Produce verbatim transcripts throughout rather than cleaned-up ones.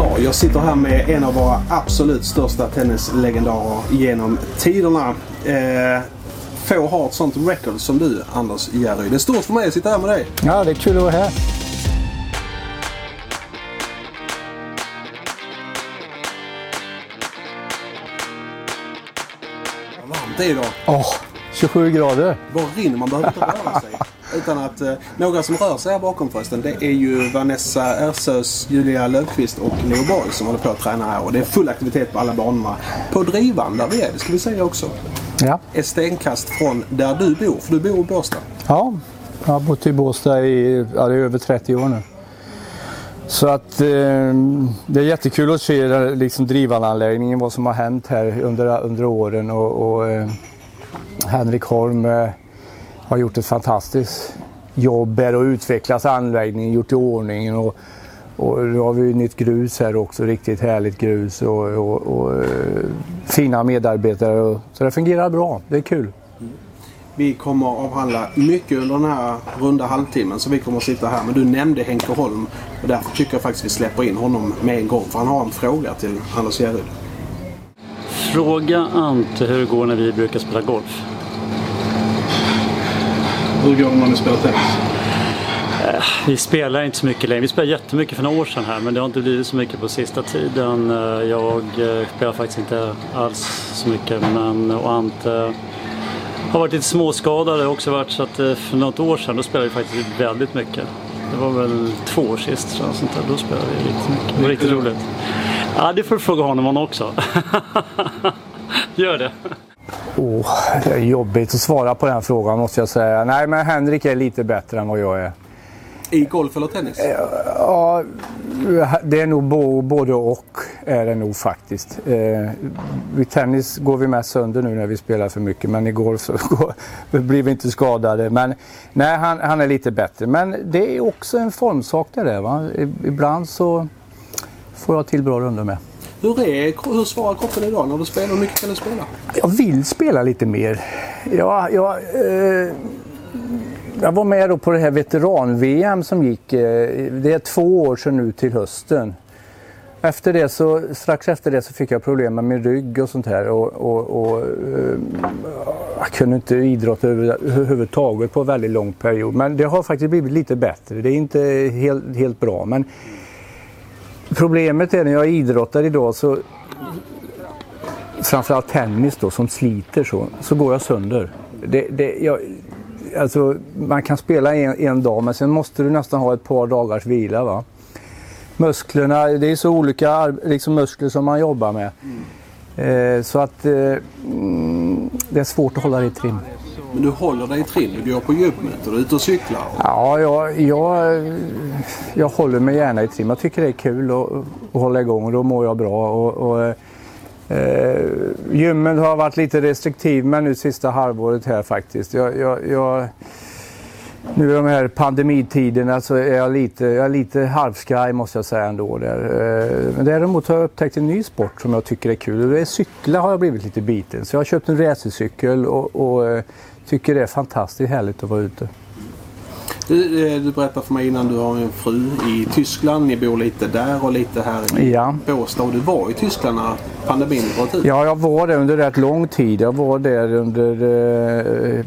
Ja, jag sitter här med en av våra absolut största tennislegendarer genom tiderna. Eh, få har ett sånt record som du, Anders Järryd. Det är stort för mig att sitta här med dig. Ja, det är kul att vara här. Vad varmt det är idag. Åh, oh, tjugosju grader. Bara rinner, man behöver inte röra sig. Utan att eh, några som rör sig här bakom förresten, det är ju Vanessa Ersös, Julia Löfqvist och Leo Borg som håller på att träna här. Och det är full aktivitet på alla banorna. På Drivan där vi är, det ska vi säga också. Ja. Ett stenkast från där du bor, för du bor i Båstad. Ja, jag har bott i Båstad i ja, det är över trettio år nu. Så att eh, det är jättekul att se liksom Drivan-anläggningen, vad som har hänt här under, under åren. Och, och eh, Henrik Holm eh, har gjort ett fantastiskt jobb här och utvecklat anläggningen, gjort i ordning. Och, och nu har vi nytt grus här också, riktigt härligt grus och, och, och eh, fina medarbetare. Och, så det fungerar bra, det är kul. Vi kommer att avhandla mycket under den här runda halvtimmen, så vi kommer att sitta här. Men du nämnde Henke Holm och därför tycker jag faktiskt vi släpper in honom med en gång. För han har en fråga till Anders Järryd. Fråga Ante hur det går när vi brukar spela golf. Hur går det när ni spelar tennis? Eh, vi spelar inte så mycket längre. Vi spelade jättemycket för några år sedan här, men det har inte blivit så mycket på sista tiden. Jag spelar faktiskt inte alls så mycket, men och Ante har varit lite småskadad. Det har också varit så att för något år sedan då spelade vi faktiskt väldigt mycket. Det var väl två år sist så sånt där. Då spelade vi riktigt mycket. Det var riktigt roligt. Ja, det får du fråga honom om också. Gör det. Oh, det är jobbigt att svara på den frågan, måste jag säga. Nej, men Henrik är lite bättre än vad jag är. I golf eller tennis? Ja, det är nog både och är det nog faktiskt. Eh, vid tennis går vi mest sönder nu när vi spelar för mycket, men i golf så går, blir vi inte skadade. Men nej, han, han är lite bättre. Men det är också en formsak det där, va? Ibland så får jag till bra runder med. Hur, är, hur svarar kroppen idag när du spelar? Hur mycket kan du spela? Jag vill spela lite mer. Jag, jag, eh, jag var med då på det här veteran-V M som gick. Eh, det är två år sedan nu till hösten. Efter det så, strax efter det så fick jag problem med min rygg och sånt här. Och, och, och, eh, jag kunde inte idrotta över, överhuvudtaget på en väldigt lång period. Men det har faktiskt blivit lite bättre. Det är inte helt, helt bra, men problemet är när jag idrottar idag så, framförallt tennis då, som sliter så, så går jag sönder. Det, det, jag, alltså, man kan spela en, en dag, men sen måste du nästan ha ett par dagars vila, va? Musklerna, det är så olika liksom, muskler som man jobbar med. Mm. Eh, så att eh, det är svårt att hålla det i trim. Men du håller dig i trim, du går på djupmet och du är ute och cyklar. Ja, jag, jag, jag håller mig gärna i trim. Jag tycker det är kul att, att hålla igång och då mår jag bra. Och, och, eh, gymmen har varit lite restriktiv men nu sista halvåret här faktiskt. Jag, jag, jag, nu i de här pandemitiderna så är jag lite, jag är lite halvskraj måste jag säga ändå. Där. Eh, men däremot har jag upptäckt en ny sport som jag tycker är kul. Det är cykla har jag blivit lite biten. Så jag har köpt en racercykel och, och tycker det är fantastiskt härligt att vara ute. Du, du berättade för mig innan du har en fru i Tyskland. Ni bor lite där och lite här i ja. Båstad. Du var i Tyskland när pandemin bröt ut. Ja, jag var där under rätt lång tid. Jag var där under eh,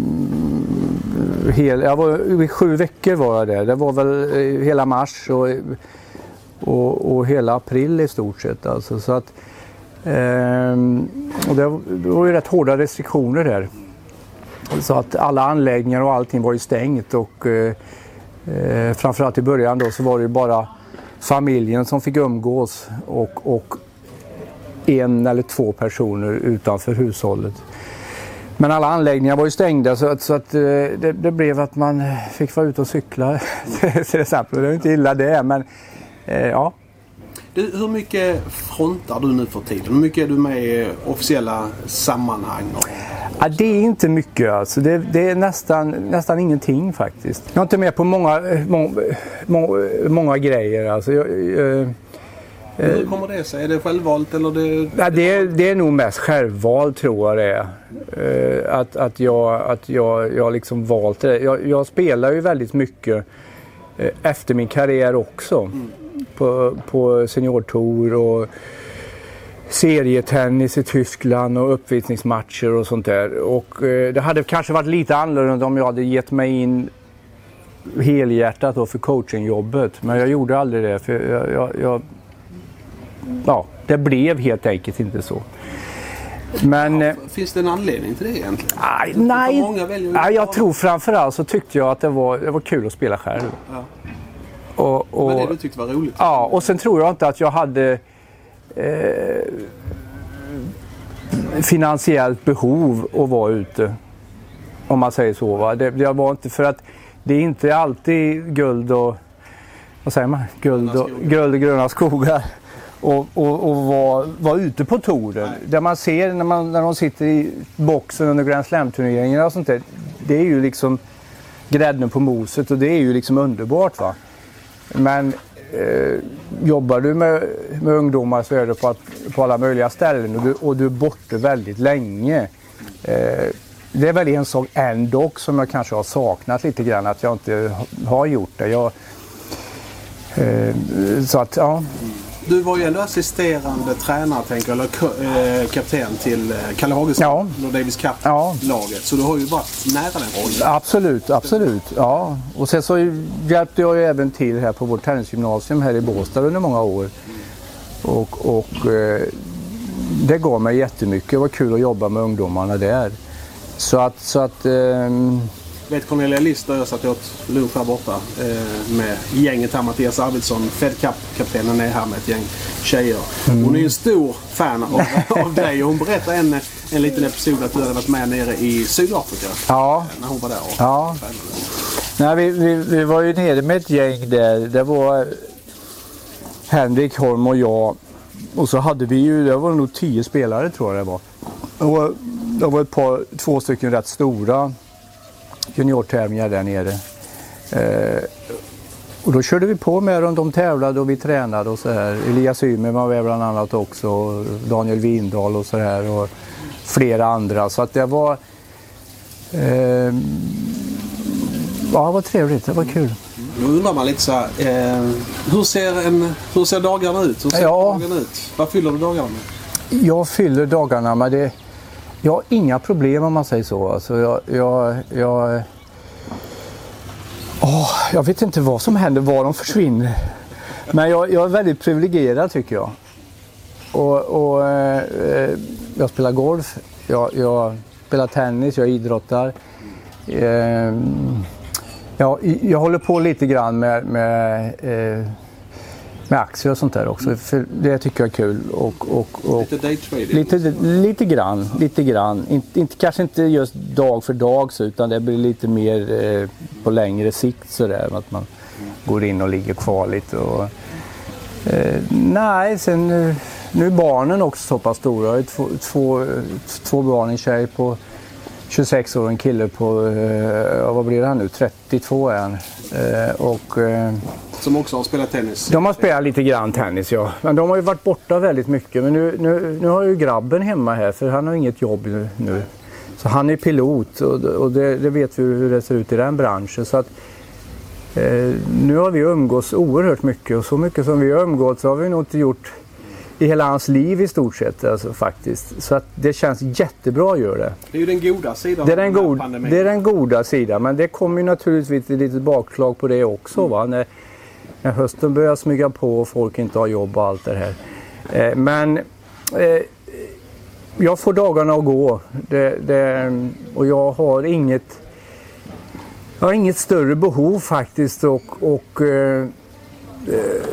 hel, jag var, i sju veckor var jag där. Det var väl eh, hela mars och, och, och hela april i stort sett. Alltså. Så att, eh, och det, det var ju rätt hårda restriktioner där. Så att alla anläggningar och allting var ju stängt och eh, framförallt i början då så var det ju bara familjen som fick umgås och, och en eller två personer utanför hushållet. Men alla anläggningar var ju stängda så att, så att det, det blev att man fick vara ute och cykla till exempel. Det är inte illa det, men eh, ja. Du, hur mycket frontar du nu för tiden? Hur mycket är du med i officiella sammanhang? Ja, det är inte mycket alltså. Det, det är nästan, nästan ingenting faktiskt. Jag är inte med på många, må, må, många grejer. Alltså, jag, jag, hur kommer det sig? Är det självvalt eller det? Ja, det, är, det är nog mest självvalt tror jag det är. Att, att jag, att jag, jag liksom valt det. Jag, jag spelar ju väldigt mycket efter min karriär också. Mm. på, på seniortour och serietennis i Tyskland och uppvisningsmatcher och sånt där. Och eh, det hade kanske varit lite annorlunda om jag hade gett mig in helhjärtat då för coachingjobbet. Men jag gjorde aldrig det. För jag, jag, jag, ja, det blev helt enkelt inte så. Men, ja, finns det en anledning till det egentligen? Aj, nej, många väljer nej jag tror framförallt så tyckte jag att det var, det var kul att spela själv. Ja. Och, och, det var det du tyckte var roligt? Ja, och sen tror jag inte att jag hade eh, finansiellt behov att vara ute. Om man säger så. Va? Det, jag var inte för att det är inte alltid guld och vad säger man? Guld och, guld och gröna skogar. Och, och, och vara var ute på touren. Där man ser när, man, när de sitter i boxen under Grand Slam-turneringarna och sånt där. Det är ju liksom grädden på moset och det är ju liksom underbart va. Men eh, jobbar du med, med ungdomar så är det på, att, på alla möjliga ställen och du, och du är borta väldigt länge. Eh, det är väl en sak ändå som jag kanske har saknat lite grann att jag inte har gjort det. Jag, eh, så att ja. Du var ju ändå assisterande tränare, tänker eller äh, kapten till äh, Kalle Hagesson ja. och Davis Cup-laget. Ja. Så du har ju varit nära den rollen. Absolut, absolut. Ja. Och sen så hjälpte jag ju även till här på vårt tennisgymnasium här i Båstad under många år. Och, och eh, det gav mig jättemycket. Det var kul att jobba med ungdomarna där. Så att... Så att eh, vet Cornelia Lister, jag satt åt lunch här borta eh, med gänget här, Mattias Arvidsson, Fed Cup-kaptenen är här med ett gäng tjejer. Mm. Hon är ju en stor fan av, av dig och hon berättade en, en liten episod att du hade varit med nere i Sydafrika. Ja. När hon var där och ja. Nej, vi, vi, vi var ju nere med ett gäng där. Det var Henrik Holm och jag. Och så hade vi ju, det var nog tio spelare tror jag det var. Och det var ett par, två stycken rätt stora juniortävlingar där nere. Eh, och då körde vi på med dem, de tävlade och vi tränade och så här. Elias Ymer var med bland annat också, Daniel Windahl och så här och flera andra. Så att det var eh, ja, det var trevligt, det var kul. Då undrar man lite så här, eh, hur, ser en, hur ser dagarna ut? Hur ser ja. dagarna ut? Vad fyller du dagarna med? Jag fyller dagarna med det. Jag har inga problem om man säger så. Alltså jag, jag, jag, åh, jag vet inte vad som händer, var de försvinner. Men jag, jag är väldigt privilegierad tycker jag. Och, och, eh, jag spelar golf, jag, jag spelar tennis, jag idrottar. Eh, jag, jag håller på lite grann med... med eh, med aktier och sånt där också, för det tycker jag är kul. Och, och, och lite daytrading? Lite, lite grann, lite grann. Inte, inte, kanske inte just dag för dag så, utan det blir lite mer eh, på längre sikt sådär, att man mm. går in och ligger kvar lite. Och, eh, nej, sen nu, nu är barnen också så pass stora. Jag har två, två, två barn, en tjej på tjugosex år och en kille på, eh, vad blir det här nu, trettiotvå är han. Eh, och... Eh, som också har spelat tennis? De har spelat lite grann tennis, ja. Men de har ju varit borta väldigt mycket. Men nu, nu, nu har ju grabben hemma här, för han har inget jobb nu. Så han är pilot och, och det, det vet vi hur det ser ut i den branschen. Så att, eh, nu har vi umgås oerhört mycket. Och så mycket som vi har umgås så har vi nog inte gjort i hela hans liv i stort sett. Alltså, faktiskt. Så att det känns jättebra att göra det. Det är ju den goda sidan. Det är den, god, det är den goda sidan. Men det kommer ju naturligtvis ett litet bakslag på det också, va? När, När hösten börjar smyga på och folk inte har jobb och allt det här. Eh, men eh, jag får dagarna att gå. Det, det, och jag har inget jag har inget större behov faktiskt och, och eh, eh,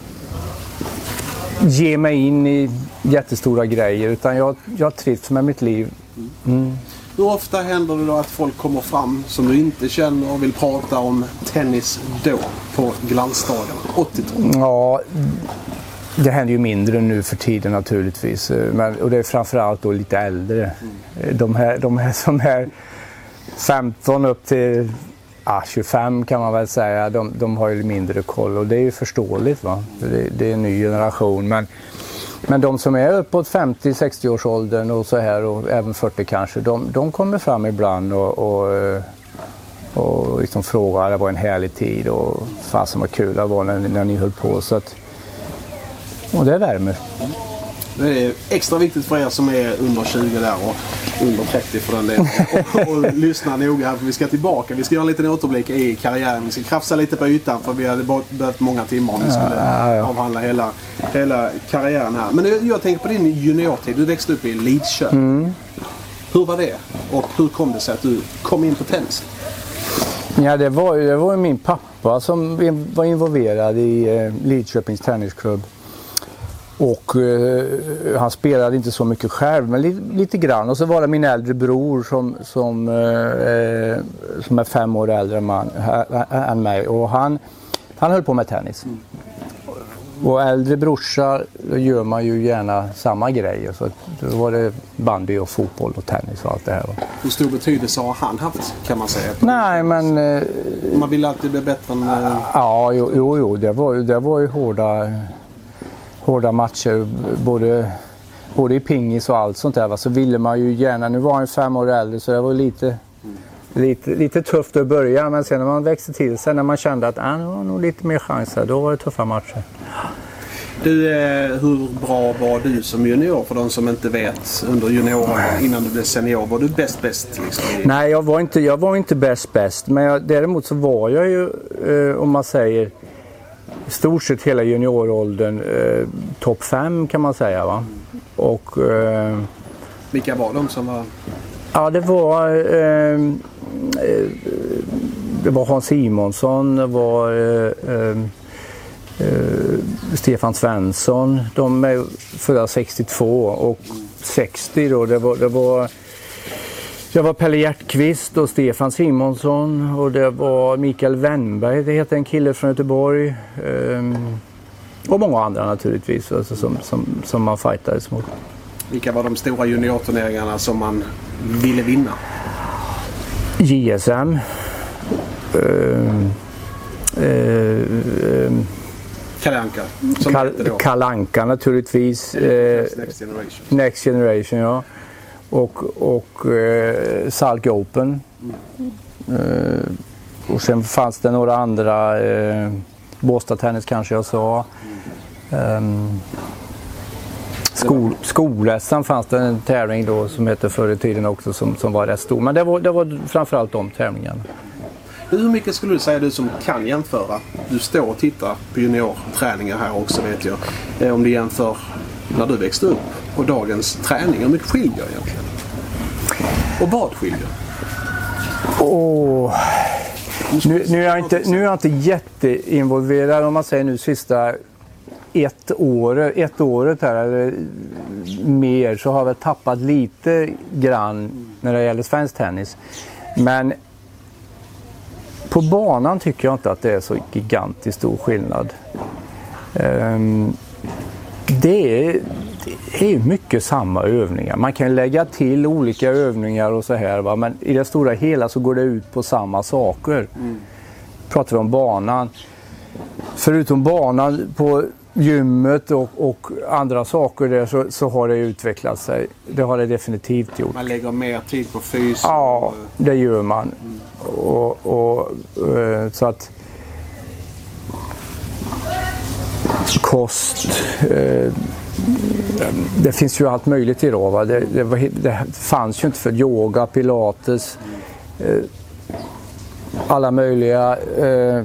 ge mig in i jättestora grejer. Utan jag, jag trivs med mitt liv. Mm. Hur ofta händer det då att folk kommer fram som du inte känner och vill prata om tennis då på glansdagarna, åttiotalet? Ja, det händer ju mindre nu för tiden naturligtvis. Men, och det är framförallt då lite äldre. Mm. De, här, de här som är femton upp till ah, tjugofem kan man väl säga, de, de har ju mindre koll. Och det är ju förståeligt, va? Det, det är en ny generation. Men Men de som är uppåt femtio sextio års åldern och så här och även fyrtio kanske, de, de kommer fram ibland och, och, och liksom frågar, det var en härlig tid och fasen vad kul det var när, när ni höll på. Så att och det värmer. Det är extra viktigt för er som är under tjugo där och under trettio för den delen. Och, och lyssna noga här för vi ska tillbaka. Vi ska göra en liten återblick i karriären. Vi ska krafsa lite på ytan för vi hade behövt många timmar om vi skulle ja, ja. avhandla hela, hela karriären här. Men jag, jag tänker på din juniortid. Du växte upp i Lidköping. Mm. Hur var det? Och hur kom det sig att du kom in på tennis? Ja, det var, det var min pappa som var involverad i eh, Lidköpings tennisklubb. Och eh, han spelade inte så mycket själv, men li, lite grann. Och så var det min äldre bror som, som, eh, som är fem år äldre än, man, äh, än mig. Och han, han höll på med tennis. Mm. Och äldre brorsar gör man ju gärna samma grejer. Så då var det bandy och fotboll och tennis och allt det här. Hur stor betydelse har han haft, kan man säga? Nej, men... Eh, man vill alltid bli bättre än... Eh... Ja, jo, jo, jo det, var, det var ju hårda... hårda matcher, både, både i pingis och allt sånt där. Va? Så ville man ju gärna, nu var han fem år äldre så det var lite, mm. lite, lite tufft att börja. Men sen när man växte till sig, när man kände att ah, det var nog lite mer chanser, då var det tuffa matcher. Du, eh, hur bra var du som junior för de som inte vet under junioren innan du blev senior? Var du bäst bäst? Liksom? Nej, jag var inte, jag var inte bäst bäst. Men jag, däremot så var jag ju, eh, om man säger... i stort sett hela junioråldern eh, topp fem kan man säga, va? Och eh, vilka var de som var? Ja, det var eh, eh, det var Hans Simonsson, det var eh, eh, Stefan Svensson, de är födda sextiotvå och sextio då, det var det var Det var Pelle Hjertqvist och Stefan Simonsson och det var Mikael Wennberg, det heter en kille från Göteborg. Um, och många andra naturligtvis, alltså, som, som, som man fightades mot. Vilka var de stora juniorturneringarna som man ville vinna? J S M. Um, um, Kalle Anka. Kalle Anka naturligtvis. Uh, Next Generation. Next Generation, ja. Och, och eh, Salk Open. Mm. Eh, och sen fanns det några andra, eh, Båstad Tennis kanske jag sa. Mm. Eh, skol, Skollässan fanns det en tävling då som hette förr i tiden också som, som var rätt stor. Men det var, det var framförallt de tävlingarna. Hur mycket skulle du säga, du som kan jämföra? Du står och tittar på juniorträningar här också, vet jag. Eh, om du jämför när du växte upp och dagens träning, hur mycket skiljer egentligen? Och vad skiljer? Oh. Nu, nu, är jag inte, nu är jag inte jätteinvolverad, om man säger nu sista ett år, ett året här eller mer, så har jag tappat lite grann när det gäller svensk tennis. Men på banan tycker jag inte att det är så gigantiskt stor skillnad. Um, det är Det är mycket samma övningar. Man kan lägga till olika övningar och så här, va? Men i det stora hela så går det ut på samma saker. Mm. Pratar vi om banan. Förutom banan på gymmet och, och andra saker där så, så har det utvecklat sig. Det har det definitivt gjort. Man lägger mer tid på fys. Ja, det gör man. Mm. Och, och, så att kost... Eh, det finns ju allt möjligt idag, va? Det, det, var, det fanns ju inte för yoga, pilates, eh, alla möjliga eh,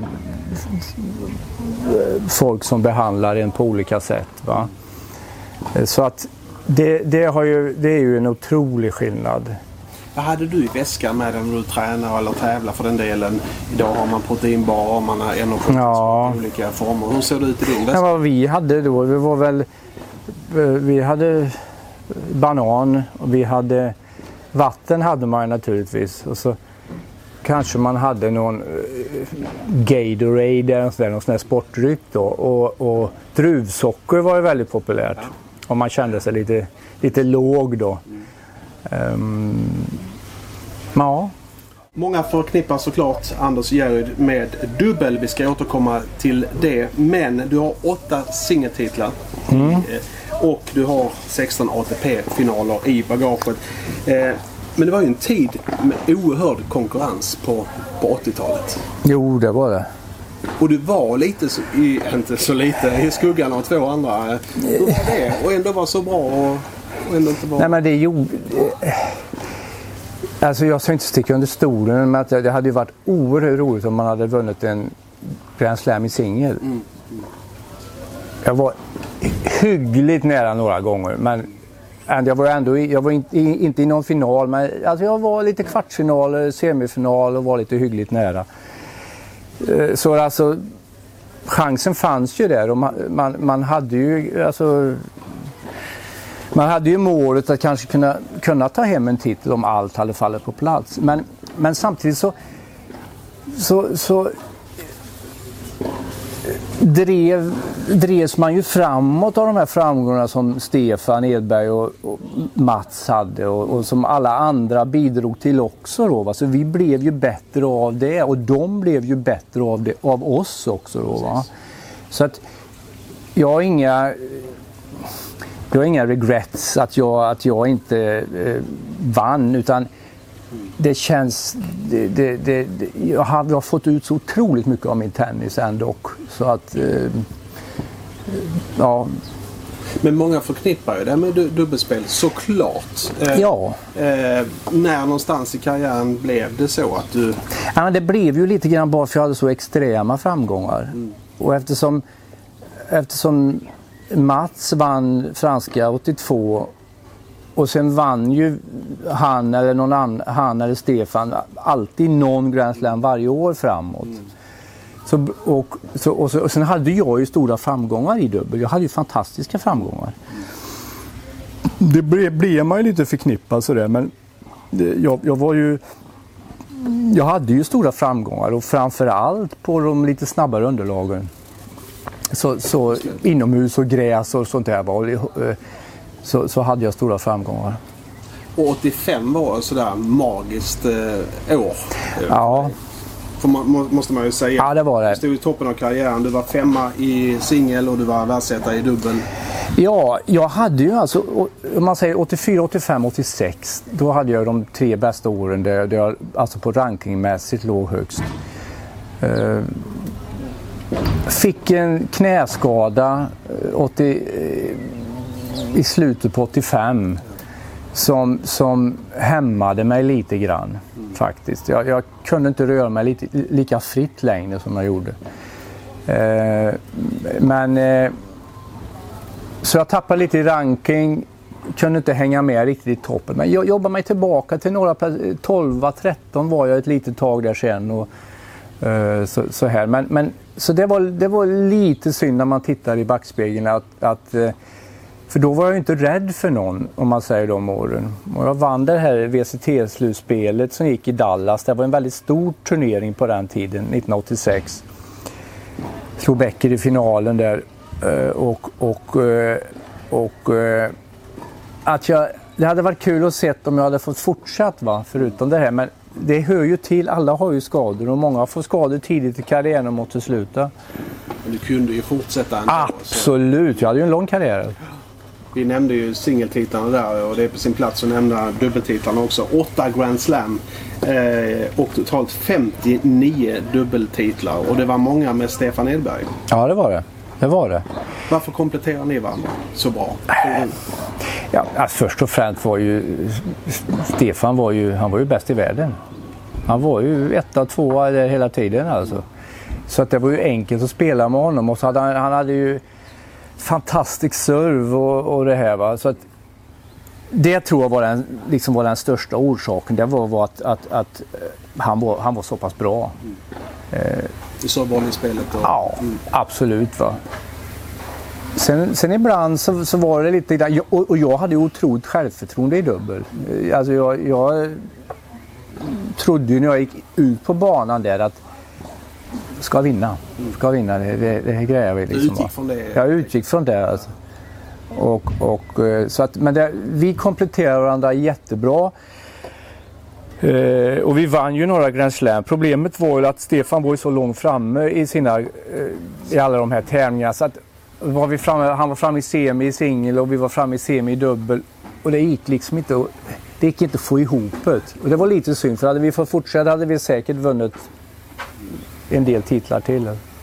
folk som behandlar en på olika sätt, va? Så att det, det, har ju, det är ju en otrolig skillnad. Vad hade du i väskan med när du tränar eller tävlar för den delen? Idag har man proteinbar och man har energi ja. i olika former. Hur ser det ut i din väska? Ja, vad vi hade då, vi var väl vi hade banan och vi hade vatten hade man naturligtvis, och så kanske man hade någon Gatorade eller någon sån där sportdryck då, och, och druvsocker var ju väldigt populärt, ja. Om man kände sig lite, lite låg då. Mm. Um, ja. Många förknippar såklart Anders Järryd med dubbel. Vi ska återkomma till det. Men du har åtta singeltitlar. Mm. Och du har sexton A T P-finaler i bagaget. Men det var ju en tid med oerhörd konkurrens på, på åttiotalet. Jo, det var det. Och du var lite, så, i, inte så lite, i skuggan av två andra. Hur var det? Och ändå var så bra och, och ändå inte bra. Nej, men det gjorde... Alltså jag ska inte sticka under stolen, men att det hade ju varit oerhört roligt om man hade vunnit en Grand Slam i singel. Mm. Mm. Jag var hyggligt nära några gånger, men jag var ändå jag var inte, inte i någon final, men alltså jag var lite kvartsfinal, semifinal och var lite hyggligt nära. Så alltså chansen fanns ju där och man, man, man hade ju alltså man hade ju målet att kanske kunna, kunna ta hem en titel om allt hade fallit på plats. Men, men samtidigt så, så, så drev, drevs man ju framåt av de här framgångarna som Stefan Edberg och, och Mats hade och, och som alla andra bidrog till också då. Va? Så vi blev ju bättre av det och de blev ju bättre av, det, av oss också då. Va? Så att jag har inga... Jag har inga regrets att jag, att jag inte eh, vann, utan det känns, det, det, det, jag, har, jag har fått ut så otroligt mycket av min tennis ändå. Så att, eh, ja. Men många förknippar ju det med dubbelspel, såklart. Eh, ja. Eh, när någonstans i karriären blev det så att du... Ja, men det blev ju lite grann bara för jag hade så extrema framgångar. Mm. Och eftersom, eftersom Mats vann franska åttiotvå och sen vann ju han eller någon annan, han eller Stefan alltid någon Grand Slam varje år framåt. Mm. Så, och, så, och, så, och sen hade jag ju stora framgångar i dubbel. Jag hade ju fantastiska framgångar. Mm. Det blev, blev man ju lite förknippad sådär, men det, jag, jag var ju jag hade ju stora framgångar och framförallt på de lite snabbare underlagen. Så, så inomhus och gräs och sånt där var, så, så hade jag stora framgångar. Och åttiofem var sådär magiskt eh, år. Ja. För man, måste man ju säga. Ja, det var det. Du stod i toppen av karriären. Du var femma i singel och du var världsetta i dubbel. Ja, jag hade ju alltså, om man säger åttiofyra, åttiofem, åttiosex, då hade jag de tre bästa åren där, där jag alltså på rankingmässigt låg högst. Uh, Fick en knäskada åttio, i slutet på åttiofem som, som hämmade mig lite grann faktiskt. Jag, jag kunde inte röra mig lite, lika fritt längre som jag gjorde. Eh, men eh, så jag tappade lite i ranking, kunde inte hänga med riktigt i toppen. Men jag jobbade mig tillbaka till några tolv tretton var jag ett litet tag där sen och Så, så här. Men, men, så det var, det var lite synd när man tittar i backspegeln att, att, för då var jag inte rädd för någon, om man säger de åren. Och jag vann det här V C T-slutspelet som gick i Dallas. Det var en väldigt stor turnering på den tiden, nittonhundraåttiosex. Slog Becker i finalen där och, och, och att jag, det hade varit kul att se om jag hade fått fortsatt, va, förutom det här, men det hör ju till, alla har ju skador och många får skador tidigt i karriären och måste sluta. Men du kunde ju fortsätta ändå. Absolut, jag hade ju en lång karriär. Vi nämnde ju singeltitlarna där och det är på sin plats att nämna dubbeltitlarna också. Åtta Grand Slam eh, och totalt femtionio dubbeltitlar och det var många med Stefan Edberg. Ja, det var det. Det var det. Varför kompletterar ni varandra så bra? Ja, alltså först och främst var ju Stefan var ju, han var ju bäst i världen. Han var ju etta, tvåa där hela tiden alltså. Så att det var ju enkelt att spela med honom och så hade han, han hade ju fantastisk serv och, och det här, va. Så att det tror jag var den, liksom var den största orsaken. Det var, var att, att, att han, var, han var så pass bra. Mm. Eh, du sa boll i spelet? Och... Ja, mm. Absolut, va. Sen, sen ibland så, så var det lite, och, och jag hade ju otroligt självförtroende i dubbel. Alltså jag, jag trodde ju när jag gick ut på banan där att ska vinna, ska vinna, det, det, det här grejer vi liksom. Du utgick från det? Jag utgick från det alltså. Och, och, så att, men det, vi kompletterar varandra jättebra. Eh, och vi vann ju några Grand Slam. Problemet var ju att Stefan var ju så långt framme i sina, eh, i alla de här tävlingarna så att var vi framme, han var framme i semi i singel och vi var framme i semi i dubbel och det gick liksom inte, det gick inte att få ihop det. Och det var lite synd, för hade vi fått fortsätta hade vi säkert vunnit en del titlar till.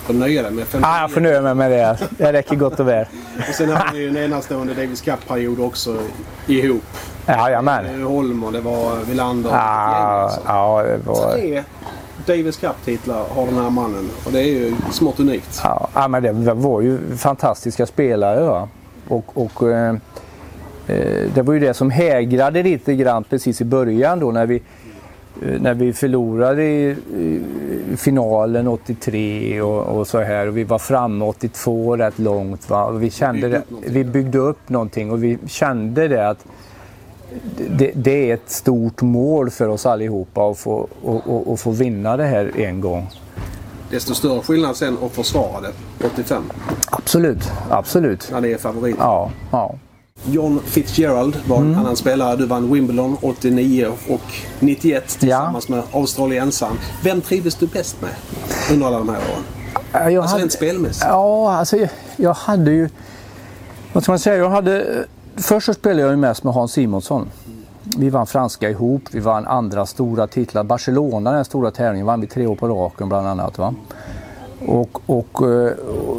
Får nöja dig med femtionio. Ja, jag får nöja mig med det. Det räcker gott och väl. Och sen har vi ju en enastående Davis Cup-period också ihop. Ja, jamen. Det var Holm och det var Wilander. Ja, ja, det var... Tre Davis Cup-titlar har den här mannen. Och det är ju smått unikt. Ja, ja, men det var ju fantastiska spelare, va? Och... och eh, det var ju det som hägrade lite grann precis i början då när vi när vi förlorade i, i finalen åttiotre och, och så här, och vi var framme åttiotvå rätt långt, va? Och vi kände det, vi byggde upp någonting och vi kände det att det, det är ett stort mål för oss allihopa att få, och, och, och få vinna det här en gång. Desto större skillnad sen att försvara det åttiofem. Absolut, absolut. När det är favorit. Ja, ja. John Fitzgerald var en mm. annan spelare. Du vann Wimbledon åttionio och nittioett tillsammans ja. med australiensaren. Vem trivdes du bäst med under alla de här åren? Jag alltså hade, rent spelmässigt. Ja, alltså jag, jag hade ju... Vad ska man säga? Jag hade... Först så spelade jag ju mest med Hans Simonsson. Vi vann franska ihop. Vi vann andra stora titlar. Barcelona, den stora tävlingen, vann vi tre år på raken bland annat, va? Och, och, och,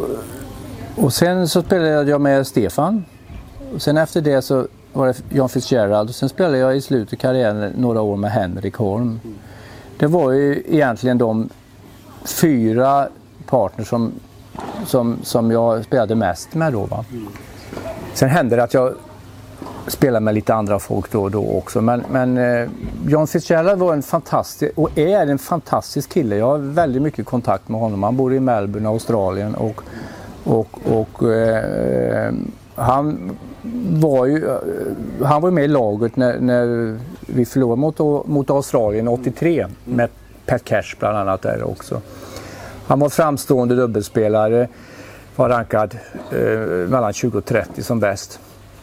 och sen så spelade jag med Stefan. Och sen efter det så var det John Fitzgerald. Och sen spelade jag i slutet av karriären några år med Henrik Holm. Det var ju egentligen de fyra partners som, som, som jag spelade mest med då, va? Sen hände det att jag spelade med lite andra folk då och då också. Men, men eh, John Fitzgerald var en fantastisk, och är en fantastisk kille. Jag har väldigt mycket kontakt med honom. Han bor i Melbourne, Australien. Och, och, och eh, han var ju han var med i laget när, när vi förlorade mot, mot Australien åttiotre med Pat Cash bland annat där också. Han var framstående dubbelspelare, var rankad eh, mellan tjugo och trettio som bäst.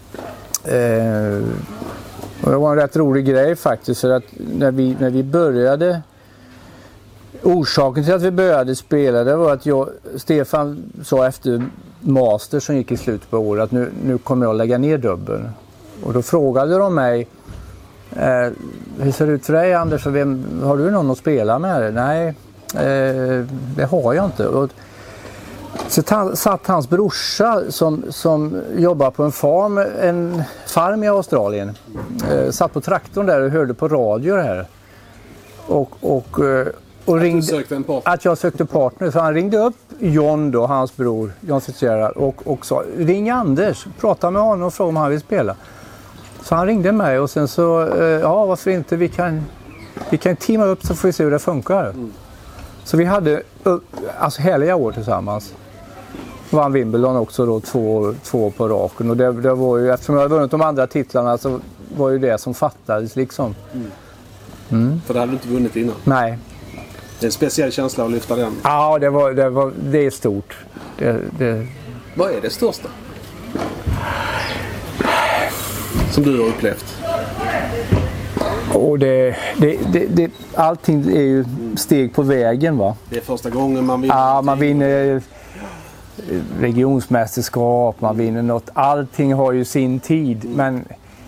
Eh, och det var en rätt rolig grej faktiskt, för att när vi, när vi började, orsaken till att vi började spela, det var att jag, Stefan sa efter master som gick i slutet på året att nu, nu kommer jag lägga ner dubbeln. Och då frågade de mig, eh, hur ser det ut för dig, Anders? Vem, har du någon att spela med? Nej, eh, det har jag inte. Och så ta, satt hans brorsa som, som jobbar på en farm, en farm i Australien. Eh, satt på traktorn där och hörde på radio det här. Och, och, och att ringde, att jag sökte partner. Så han ringde upp John då, hans bror, John Fitzgerald, och, och sa, ring Anders, prata med honom och fråga om han vill spela. Så han ringde mig och sen så, eh, ja varför inte, vi kan, vi kan teama upp så får vi se hur det funkar. Mm. Så vi hade alltså hela år tillsammans. Vann Wimbledon också då två, två på raken. Och det, det var ju, eftersom jag hade vunnit de andra titlarna så var ju det som fattades liksom. Mm. Mm. För det hade du inte vunnit innan? Nej. Det är en speciell känsla att lyfta den. Ja, det, var, det, var, det är stort. Det, det... Vad är det största? Som du har upplevt? Och det, det, det, det, allting är ju steg på vägen, va? Det är första gången man vinner. Ja, man vinner regionsmästerskap, man vinner något. Allting har ju sin tid, mm. men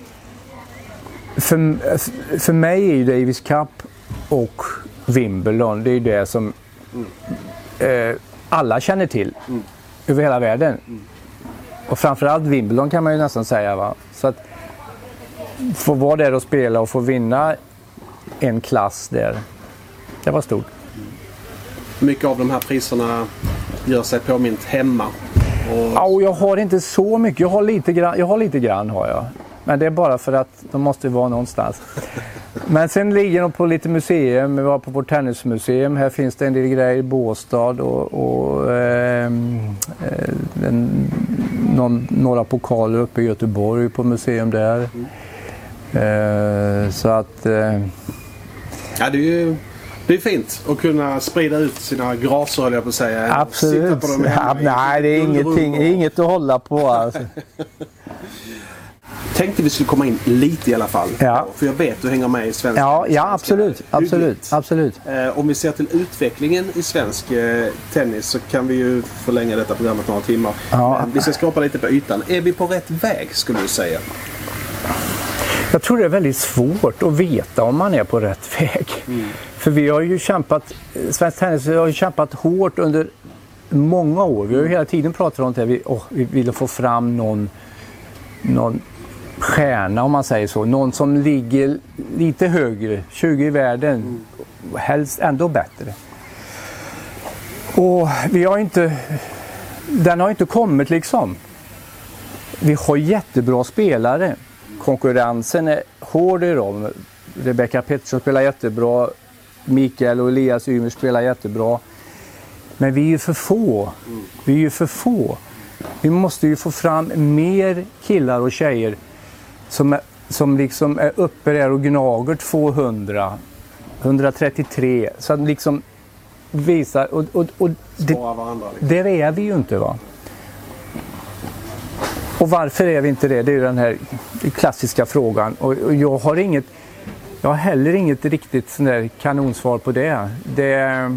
för, för mig är ju Davis Cup och Wimbledon, det är ju det som mm. eh, alla känner till mm. över hela världen. Mm. Och framförallt Wimbledon kan man ju nästan säga, va? Så att få vara där och spela och få vinna en klass där, det var stort. Mycket av de här priserna gör sig påmint hemma. Och... Ja, och jag har inte så mycket, jag har lite grann, jag har lite grann har jag. Men det är bara för att de måste vara någonstans. Men sen ligger de på lite museum. Vi var på vårt tennismuseum. Här finns det en del grejer i Båstad och, och eh, en, någon, några pokaler uppe i Göteborg på museum där. Mm. Eh, så att... Eh, ja, det är ju... Det är fint att kunna sprida ut sina graser, höll jag på att säga. Absolut. På dem ja, nej, det är ingenting, inget att hålla på. Alltså. Tänkte vi skulle komma in lite i alla fall. Ja. För jag vet att du hänger med i svensk. Ja, ja absolut. Absolut, absolut. Eh, om vi ser till utvecklingen i svensk eh, tennis så kan vi ju förlänga detta programmet några timmar. Ja. Men vi ska skapa lite på ytan. Är vi på rätt väg, skulle du säga? Jag tror det är väldigt svårt att veta om man är på rätt väg. Mm. För vi har ju kämpat, svensk tennis har ju kämpat hårt under många år. Vi har ju hela tiden pratat om det. Vi, oh, vi ville få fram någon, någon stjärna, om man säger så. Någon som ligger lite högre, tjugo i världen. Mm. Helst ändå bättre. Och vi har inte... Den har inte kommit liksom. Vi har jättebra spelare. Konkurrensen är hård i dem. Rebecca Pettersson spelar jättebra. Mikael och Elias Ymer spelar jättebra. Men vi är ju för få. Vi är ju för få. Vi måste ju få fram mer killar och tjejer som, är, som liksom är uppe där och gnager tvåhundra, etthundratrettiotre. Så att liksom visar... Och, och, och det, varandra, liksom. Där är vi ju inte, va? Och varför är vi inte det? Det är ju den här klassiska frågan. Och, och jag har inget... Jag har heller inget riktigt sån där kanonsvar på det. Det är,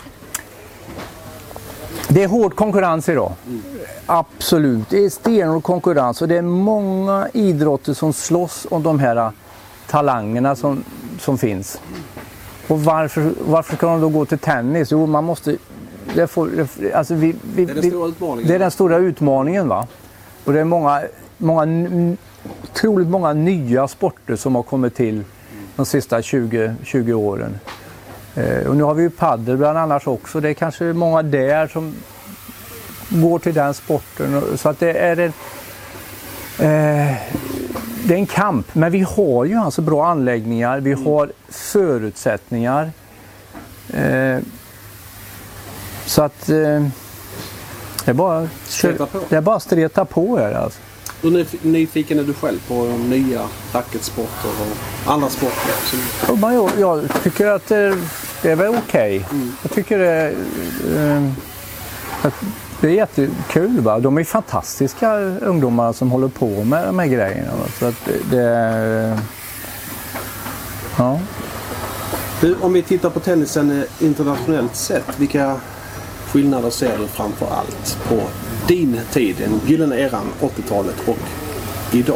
det är hård konkurrens idag. Mm. Absolut. Det är stenhård konkurrens. Och det är många idrotter som slåss om de här talangerna som, som finns. Och varför, varför kan de då gå till tennis? Jo, man måste... Det, får, alltså vi, vi, det är den stora utmaningen. Det är den stora utmaningen, va? Och det är många, många, otroligt många nya sporter som har kommit till de sista tjugo, tjugo åren. Eh, och nu har vi ju paddel bland annat också. Det är kanske många där som går till den sporten. Så att det är en, eh, det är en kamp. Men vi har ju alltså bra anläggningar. Vi har förutsättningar. Eh, så att eh, det är bara det är bara att streta på här alltså. Hur nyfiken är du själv på nya racketsporter och andra sporter? Som... Ja, jag, jag tycker att det, det är väl okej. Okay. Mm. Jag tycker det, eh, att det är jättekul. Va? De är fantastiska ungdomar som håller på med de här grejerna. Va? Så att det, det ja. Du, om vi tittar på tennisen internationellt sett, vilka skillnader ser du framför allt på din tid, den gyllene eran, åttiotalet och idag?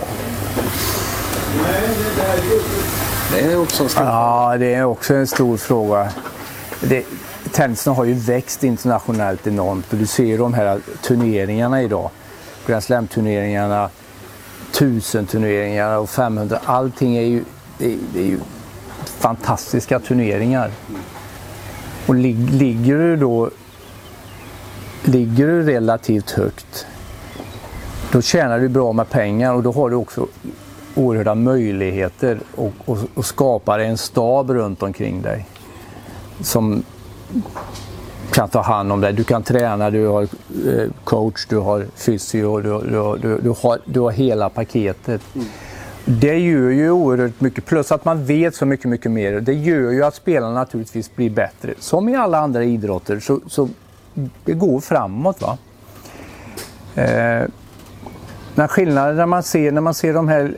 Det är också en stor fråga. Ja, det är också en stor fråga. Det, tennisen har ju växt internationellt enormt och du ser de här turneringarna idag. Grand Slam-turneringarna, tusen turneringarna och femhundra. Allting är ju, det, det är ju fantastiska turneringar. Och lig, ligger du då Ligger du relativt högt, då tjänar du bra med pengar och då har du också oerhörda möjligheter och, och, och skapar en stab runt omkring dig som kan ta hand om dig. Du kan träna, du har eh, coach, du har fysio, du, du, du, du, har, du har hela paketet. Mm. Det gör ju oerhört mycket, plus att man vet så mycket, mycket mer. Det gör ju att spelarna naturligtvis blir bättre. Som i alla andra idrotter så, så det går framåt, va? Eh, men skillnaden när man ser när man ser de här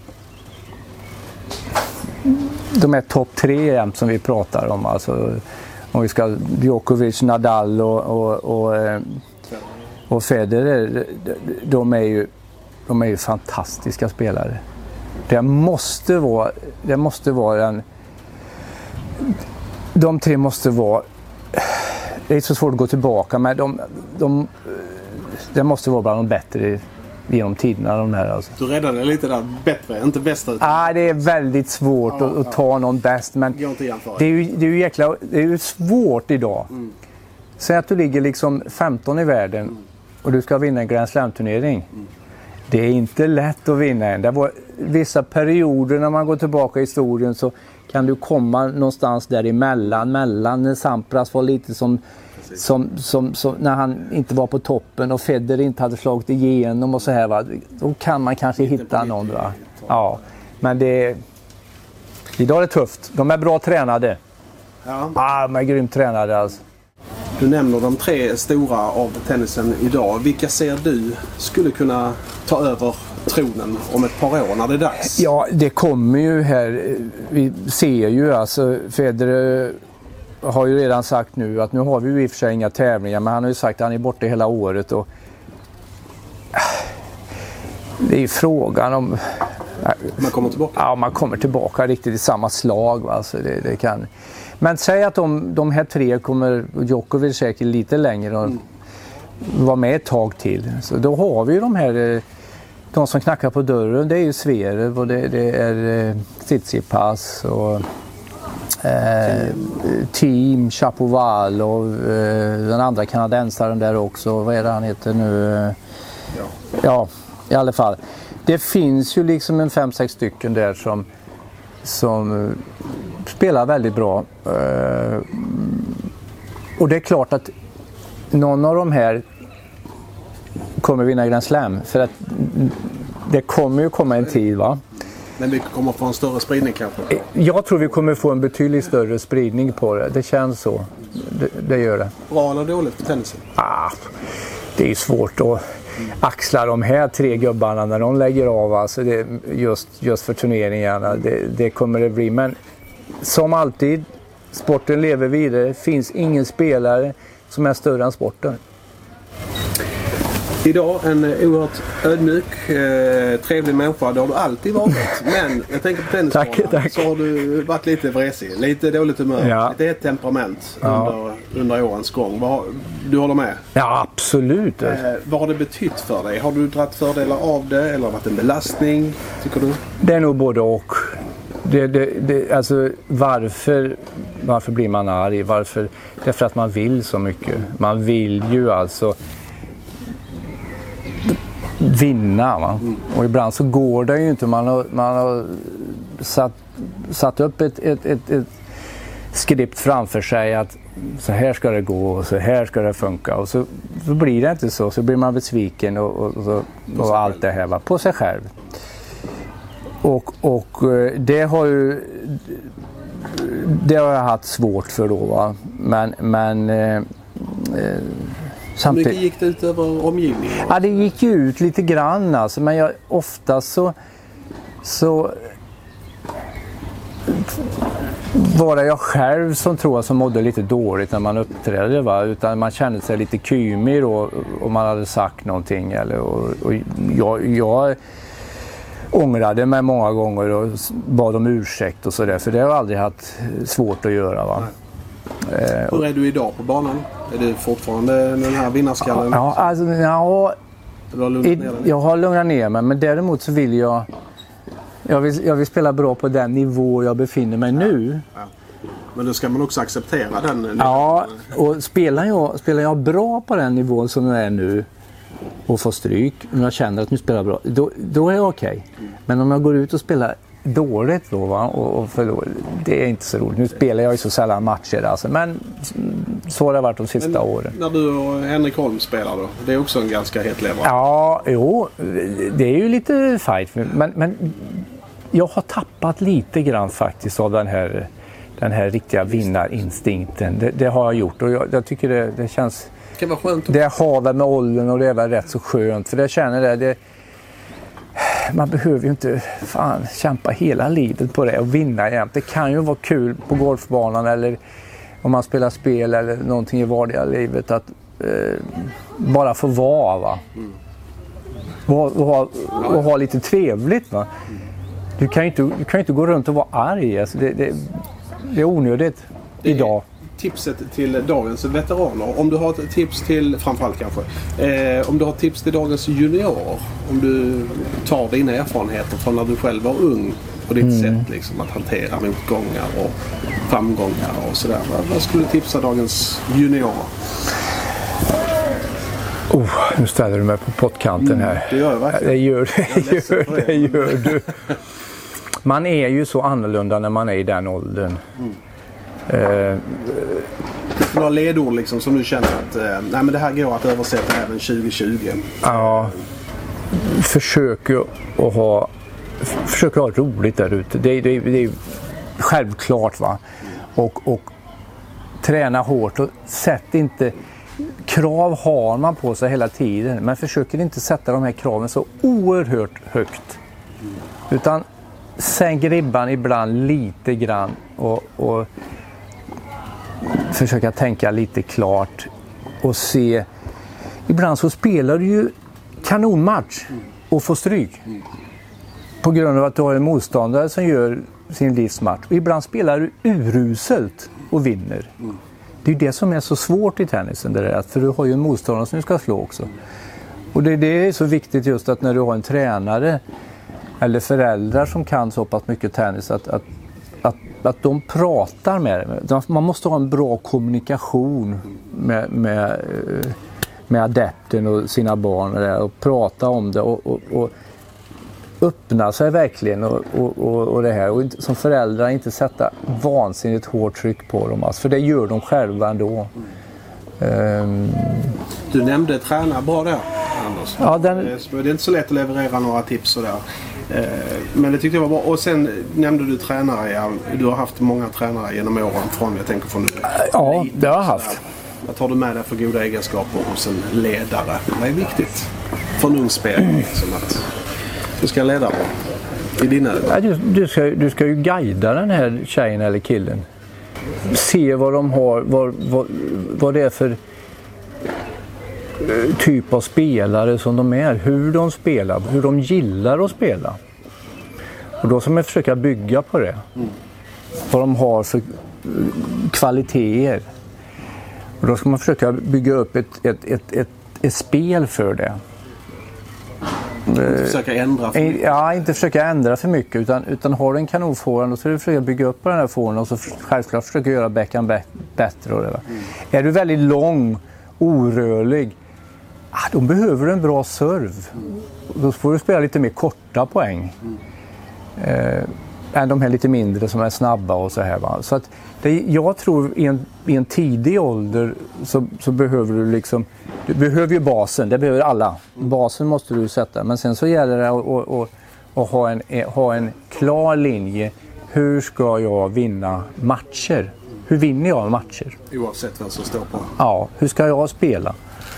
de här topp tre jämt som vi pratar om, alltså om vi ska Djokovic, Nadal och och och, och Federer, de är ju de är ju fantastiska spelare. Det måste vara det måste vara en de tre måste vara. Det är så svårt att gå tillbaka, men de, de, det måste vara bland de bättre genom tiderna. De här, alltså. Du räddade lite där, bättre, inte bästa. Utan... Ah, det är väldigt svårt ja, att, att ta ja. någon bäst, men det är, ju, det, är ju jäkla, det är ju svårt idag. Mm. Säg att du ligger liksom femton i världen mm. och du ska vinna en Grand Slam-turnering. Mm. Det är inte lätt att vinna en. Det var vissa perioder när man går tillbaka i historien så kan du komma någonstans däremellan, mellan när Sampras var lite som, som, som, som när han inte var på toppen och Federer inte hade slagit igenom och så här, va? Då kan man kanske hitta någon, va? Ja, men det idag är det tufft. De är bra tränade. Ja. Ah, de är grymt tränade alltså. Du nämner de tre stora av tennisen idag. Vilka ser du skulle kunna ta över tronen om ett par år när det är dags? Ja, det kommer ju här. Vi ser ju alltså, Federer har ju redan sagt nu att nu har vi ju i och för sig inga tävlingar, men han har ju sagt att han är borta hela året och det är ju frågan om man kommer tillbaka. Ja, man kommer tillbaka riktigt i samma slag, va? Alltså det, det kan. Men säg att de, de här tre kommer, Djokovic säkert lite längre och, mm. vara med ett tag till. Så då har vi ju de här, de som knackar på dörren, det är ju Zverev och det, det är eh, Tsitsipas och eh, Team, Shapovalov, eh, den andra kanadensaren där också, vad är det han heter nu? Ja. ja, i alla fall. Det finns ju liksom en fem, sex stycken där som, som spelar väldigt bra. Eh, och det är klart att någon av de här kommer vinna Grand Slam, för att det kommer ju komma en tid, va? Men vi kommer få en större spridning kanske? Jag tror vi kommer få en betydligt större spridning på det. Det känns så. Det, det gör det. Bra eller dåligt för tennisen? Ah, det är ju svårt att axla de här tre gubbarna när de lägger av. Alltså det, just, just för turneringarna. Det, det kommer det bli. Men som alltid, sporten lever vidare. Det finns ingen spelare som är större än sporten. Idag en oerhört ödmjuk, eh, trevlig människa. Det har du alltid varit. Men jag tänker på tennisbanan tack, tack. så har du varit lite vresig. Lite dåligt humör. Ja. Lite ett temperament ja. under, under årens gång. Vad, du håller med? Ja, absolut. Eh, vad har det betytt för dig? Har du dragit fördelar av det eller varit en belastning, tycker du? Det är nog både och. Det, det, det, alltså, varför, varför blir man arg? Varför? Det är för att man vill så mycket. Man vill ju alltså vinna, va? Mm. Och ibland så går det ju inte. Man har, man har satt, satt upp ett, ett, ett, ett skript framför sig att så här ska det gå och så här ska det funka. Och så, så blir det inte så. Så blir man besviken och, och, och, och allt det här, va? På sig själv. Och, och det har ju det har jag haft svårt för då, va? Men, men eh, samtidigt... Hur mycket gick det ut över omgivningen? Ja, det gick ju ut lite grann alltså, men jag, ofta så så var det jag själv som tror jag som mådde lite dåligt när man uppträdde, va? Utan man kände sig lite kymig då om man hade sagt någonting eller, och, och jag, jag ångrade mig många gånger och bad om ursäkt och sådär, för det har jag aldrig haft svårt att göra, va? Eh, Hur är du idag på banan? Är du fortfarande den här vinnarskallen? Ja, alltså, ja, har i, jag har lugnat ner mig, men däremot så vill jag jag vill, jag vill spela bra på den nivå jag befinner mig nu. Ja. Men då ska man också acceptera den nivån. Ja, och spelar jag, spelar jag bra på den nivån som jag är nu och får stryk, om jag känner att nu spelar bra, då, då är jag okej. Okay. Mm. Men om jag går ut och spelar dåligt då, va? Och, och förlor, det är inte så roligt. Nu spelar jag ju så sällan matcher alltså, men så har det varit de sista men, åren. När du och Henrik Holm spelar då, det är också en ganska het lever. Ja, jo, det är ju lite fight, men, men jag har tappat lite grann faktiskt av den här, den här riktiga vinnarinstinkten. Det, det har jag gjort och jag, jag tycker det, det känns... Det kan vara skönt. Det har väl med åldern och det är väl rätt så skönt, för det känner det, det man behöver ju inte fan kämpa hela livet på det och vinna jämt. Det kan ju vara kul på golfbanan eller om man spelar spel eller någonting i vardagliga livet att eh, bara få vara, va? Mm. Och, och, ha, och ha lite trevligt, va? Mm. Du kan ju inte, du kan ju inte gå runt och vara arg. Alltså det, det, det är onödigt det idag. Tipset till dagens veteraner, om du har ett tips till, framförallt kanske, eh, om du har ett tips till dagens juniorer, om du tar dina erfarenheter från när du själv var ung och ditt mm. sätt liksom, att hantera motgångar och framgångar och sådär. Vad, vad skulle du tipsa dagens juniorer? Oh, nu ställer du mig på pottkanten här. Mm, det gör jag verkligen. Det gör, det gör, det gör du. Man är ju så annorlunda när man är i den åldern. Mm. Uh, några ledord liksom som du känner att uh, nej, men det här går att översätta även tjugo tjugo. Ja, försök att ha försök att ha roligt där ute. Det, det, det är självklart, va? Och, och träna hårt och sätt inte krav har man på sig hela tiden, men försöker inte sätta de här kraven så oerhört högt, utan sänk ribban ibland lite grann och, och försöka tänka lite klart och se. Ibland så spelar du ju kanonmatch och får stryk på grund av att du har en motståndare som gör sin livsmatch, och ibland spelar du uruselt och vinner. Det är det som är så svårt i tennisen, det där, för du har ju en motståndare som du ska slå också. Och det, det är så viktigt just att när du har en tränare eller föräldrar som kan så pass mycket tennis att, att, att, att de pratar med dig. Man måste ha en bra kommunikation med, med, med adepten och sina barn och, det, och prata om det och, och, och öppna sig verkligen och, och, och, och det här. Och som föräldrar inte sätta vansinnigt hårt tryck på dem. Alltså, för det gör de själva ändå. Um, du nämnde träna bra där, Anders. Ja, den... Det är inte så lätt att leverera några tips och där. Men det tyckte jag var bra. Och sen nämnde du tränare. Ja. Du har haft många tränare genom åren från, jag tänker från... Ja, det har jag haft. Vad tar du med dig för goda egenskaper hos en ledare? Det är viktigt för en ung spelare som att du ska leda på i dina... Ja, du, du, ska, du ska ju guida den här tjejen eller killen. Se vad de har, vad, vad, vad det är för typ av spelare som de är, hur de spelar, hur de gillar att spela. Och då ska man försöka bygga på det. Mm. Vad de har för kvaliteter. Och då ska man försöka bygga upp ett, ett, ett, ett, ett spel för det. Inte försöka ändra för mycket. Ja, inte försöka ändra för mycket utan, utan har du en kanonfåren och så är du försöka bygga upp på den här fåren och så självklart försöka göra backhand bättre. Och det, va? Mm. Är du väldigt lång, orörlig, ah, då behöver du en bra serv. Mm. Då får du spela lite mer korta poäng. Mm. Eh, än de här lite mindre som är snabba och så här. Va? Så att det, jag tror i en, i en tidig ålder så, så behöver du liksom, du behöver ju basen, det behöver alla. Basen måste du sätta, men sen så gäller det att, att, att, att ha, en, ha en klar linje. Hur ska jag vinna matcher? Hur vinner jag matcher? Oavsett vem som står på. Ja, hur ska jag spela?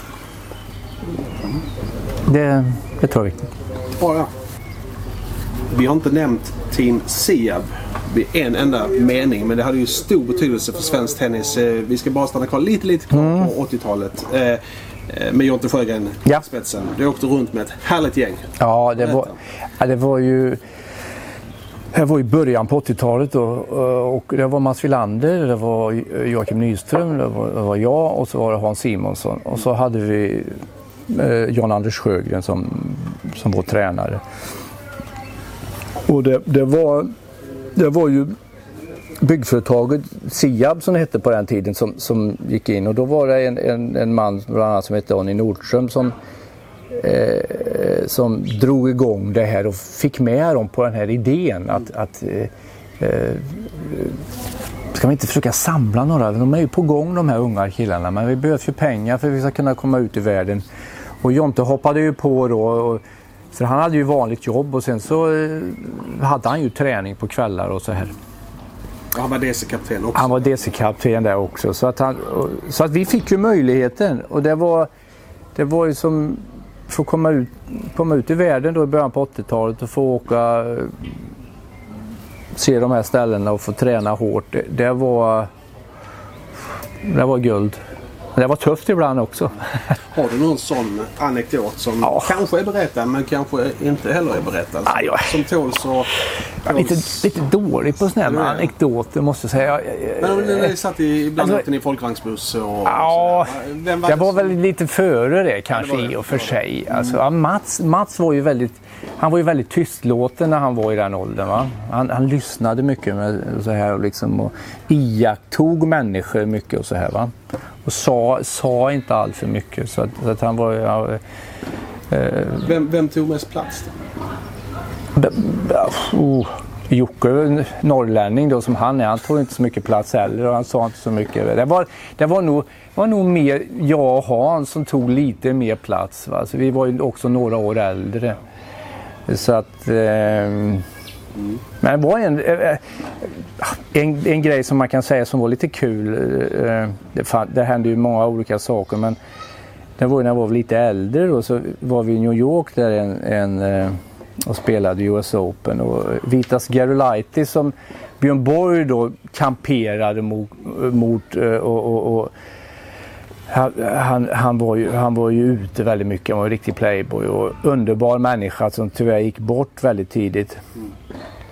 Det, det tror jag är viktigt. Ja, ja. Vi har inte nämnt Team Siab i en enda mening, men det hade ju stor betydelse för svensk tennis. Vi ska bara stanna kvar lite, lite kvar mm. på åttiotalet. Med Jonte Sjögren ja. spetsen. Du åkte runt med ett härligt gäng. Ja, det var, ja, det var ju... Det var i början på åttiotalet då, och det var Mats Wilander, det var Joakim Nyström, det var, det var jag och så var det Hans Simonsson. Och så hade vi eh, Jan-Anders Sjögren som, som var tränare. Och det, det, var, det var ju byggföretaget Siab som det hette på den tiden som, som gick in. Och då var det en, en, en man bland annat som hette Annie Nordström som, eh, som drog igång det här och fick med dem på den här idén att, att eh, ska vi inte försöka samla några? De är ju på gång de här unga killarna, men vi behöver ju pengar för att vi ska kunna komma ut i världen. Och Jonte hoppade ju på då och så han hade ju vanligt jobb och sen så hade han ju träning på kvällar och så här. Han var D C-kapten också. Han var D C-kapten där också. Så att, han, så att vi fick ju möjligheten. Och det var, det var ju som för att komma ut, komma ut i världen då i början på åttiotalet och få åka, se de här ställena och få träna hårt. Det, det, var, det var guld. Det var tufft ibland också. Har du någon sån anekdot som ja. kanske är berättad men kanske inte heller är berättad? Ja, ja. Som tål så... Jag är lite, lite dålig på sådana här anekdoter måste jag säga. Men ni satt i, ibland alltså, i folkvagnsbuss och... Ja, Vem var det det var som... väl lite före det kanske ja, det det. i och för sig. Mm. Alltså, ja, Mats, Mats var ju väldigt... Han var ju väldigt tystlåten när han var i den åldern. Va? Han, han lyssnade mycket med så här liksom, och iakttog människor mycket och så här. Va? Och sa, sa inte allt för mycket. Så att, så att han var... Ja, eh, vem, vem tog mest plats då? Oh, Jocke, norrlänning då som han är. Han tog inte så mycket plats heller och han sa inte så mycket. Det var, det var, nog, var nog mer jag och Hans som tog lite mer plats. Va? Så vi var ju också några år äldre. Så att... Eh, mm. Men det var en, en, en grej som man kan säga som var lite kul. Det, fann, det hände ju många olika saker, men det var när jag var lite äldre då, så var vi i New York där en, en, och spelade U S Open. Och Vitas Gerulaitis som Björn Borg då kamperade mot, mot och, och, och Han, han, var ju, han var ju ute väldigt mycket, han var en riktig playboy och underbar människa som tyvärr gick bort väldigt tidigt.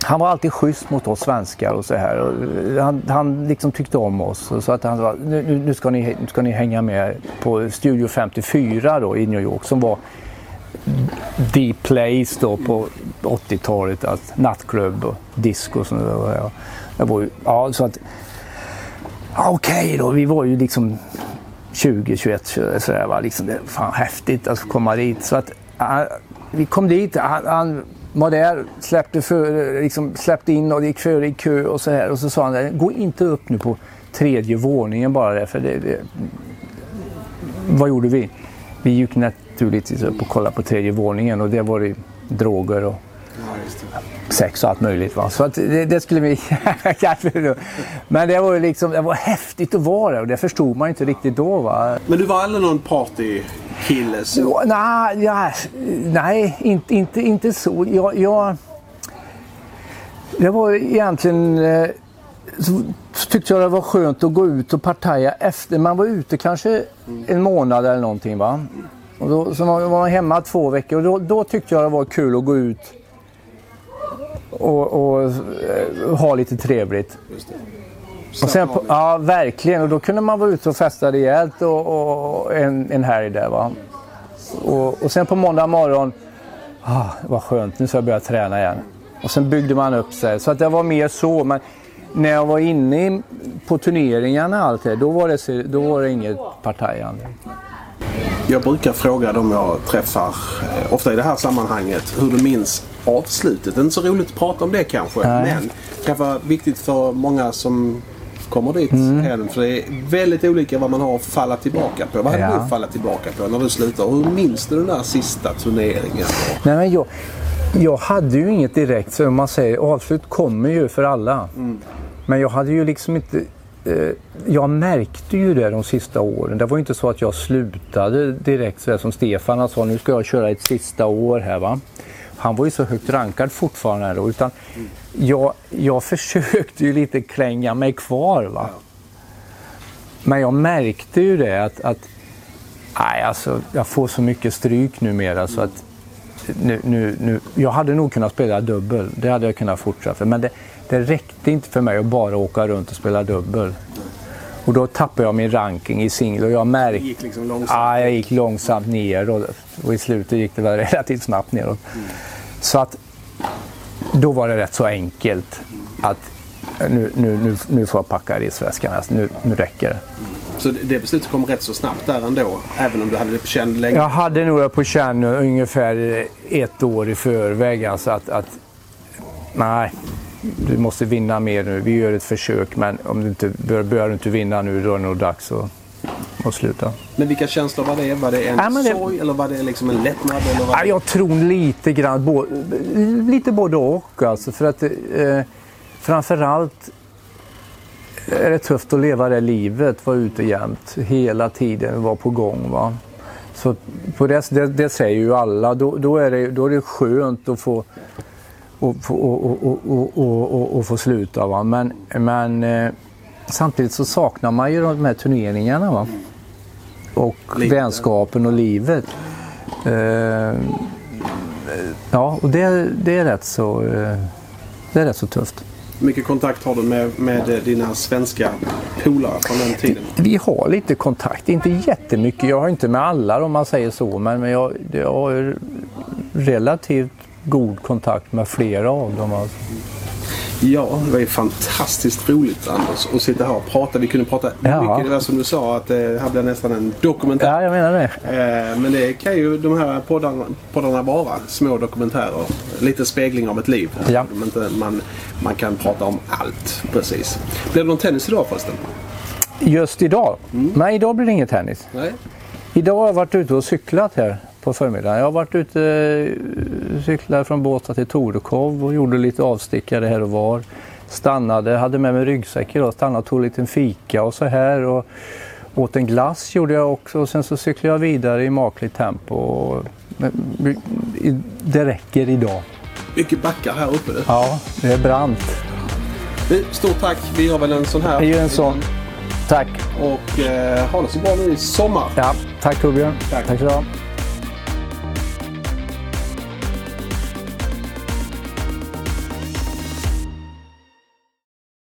han var alltid schysst mot oss svenskar och så här. Och han, han liksom tyckte om oss. Så att han sa, nu, nu, ska ni, nu ska ni hänga med på Studio femtiofyra då i New York, som var the place då på åttiotalet, alltså nattklubb och disco och sånt där. Ja. Det var ju, ja, så att okej okay då, vi var ju liksom tjugo tjugoett så där, var liksom, det var fan häftigt att komma dit. Så att ja, vi kom dit, han, han var där, släppte, för, liksom, släppte in och gick före i kö och så här. Och så sa han, gå inte upp nu på tredje våningen bara där, för det, det... Vad gjorde vi? Vi gick naturligtvis upp och kollade på tredje våningen, och det var det droger och sex och allt möjligt, va? Så att det, det skulle vi men det var ju liksom, det var häftigt att vara där, och det förstod man inte riktigt då, va? Men du var aldrig någon partykille så? Oh, nej, ja, nej, inte, inte, inte så. Jag, jag, det var egentligen eh, så, så tyckte jag det var skönt att gå ut och partaja efter. Man var ute kanske en månad eller någonting, va? Och då, så man var hemma två veckor, och då, då tyckte jag det var kul att gå ut och, och, och ha lite trevligt. Just det. Och sen på, ja, verkligen. Och då kunde man vara ute och festa rejält och, och en, en helg där, va? Och, och sen på måndag morgon, ah, vad skönt, nu ska jag börja träna igen. Och sen byggde man upp sig. Så att det var mer så. Men när jag var inne på turneringarna och allt det, då var det, då var det inget partajande. Jag brukar fråga dem jag träffar, ofta i det här sammanhanget, hur du minns avslutet. Det är inte så roligt att prata om det kanske, nej. Men det kan vara viktigt för många som kommer dit mm. här, för det är väldigt olika vad man har att falla tillbaka på. Vad hade ja. du att falla tillbaka på när du slutar? Hur minns du den där sista turneringen? Nej, men jag, jag hade ju inget direkt, så man säger, avslut kommer ju för alla. Mm. Men jag hade ju liksom inte... Jag märkte ju det de sista åren. Det var inte så att jag slutade direkt så som Stefan sa, nu ska jag köra ett sista år här, va. Han var ju så högt rankad fortfarande då, utan mm. jag, jag försökte ju lite klänga mig kvar, va. Ja. Men jag märkte ju det att, att nej, alltså, jag får så mycket stryk numera mm. så att nu, nu, nu, jag hade nog kunnat spela dubbel, det hade jag kunnat fortsätta, men det Det räckte inte för mig att bara åka runt och spela dubbel. Och då tappade jag min ranking i singel. Och jag märkte... gick liksom långsamt. Ja, jag gick långsamt ner. Och, och i slutet gick det väl relativt snabbt neråt. Mm. Så att då var det rätt så enkelt att nu, nu, nu, nu får jag packa resväskan. Alltså, nu, nu räcker det. Mm. Så det beslutet kom rätt så snabbt där ändå, även om du hade det på känn länge? Jag hade nog det på känn ungefär ett år i förväg. Alltså att, att nej... Du måste vinna mer nu. Vi gör ett försök, men om du inte bör, bör du inte vinna nu, då är det nog dags att, att sluta. Men vilka känslor var det? Var det en ja, sorg det... eller var det liksom en lättnad? Eller var det... ja, jag tror lite grann, bo, lite både och. Alltså, för att eh, framförallt är det tufft att leva det livet, vara ute jämt, hela tiden, vara på gång, va. Så på det, det, det säger ju alla. Då, då, är det, då är det skönt att få Och, och, och, och, och, och få sluta, va? Men, men eh, samtidigt så saknar man ju de här turneringarna, va? Och livet. Vänskapen och livet. Eh, ja, och det, det, är rätt så, eh, det är rätt så tufft. Hur mycket kontakt har du med, med dina svenska polare från den tiden? Vi har lite kontakt, inte jättemycket. Jag har inte med alla, om man säger så, men, men jag, jag har relativt god kontakt med flera av dem. Alltså. Ja, det var ju fantastiskt roligt, Anders, att sitta här och prata. Vi kunde prata ja. mycket. Det var som du sa, att det här blir nästan en dokumentär. Ja, jag menar det. Eh, men det kan ju de här poddarna, poddarna vara små dokumentärer. Lite spegling av ett liv. Ja. Man, man kan prata om allt, precis. Blir det någon tennis idag förresten? Just idag? Mm. Nej, idag blir det inget tennis. Nej. Idag har jag varit ute och cyklat här på förmiddagen. Jag har varit ute och cyklat från Båstad till Torekov och gjorde lite avstickare här och var. Stannade, hade med mig ryggsäck idag, stannade och tog lite en fika och så här. Och åt en glass gjorde jag också, och sen så cyklade jag vidare i makligt tempo. Och det räcker idag. Mycket backar här uppe. Det. Ja, det är brant. Stort tack, vi har väl en sån här. Vi gör en sån. Tack. Och eh, ha det så bra nu i sommar. Ja, tack Torbjörn. Tack. Tack så mycket.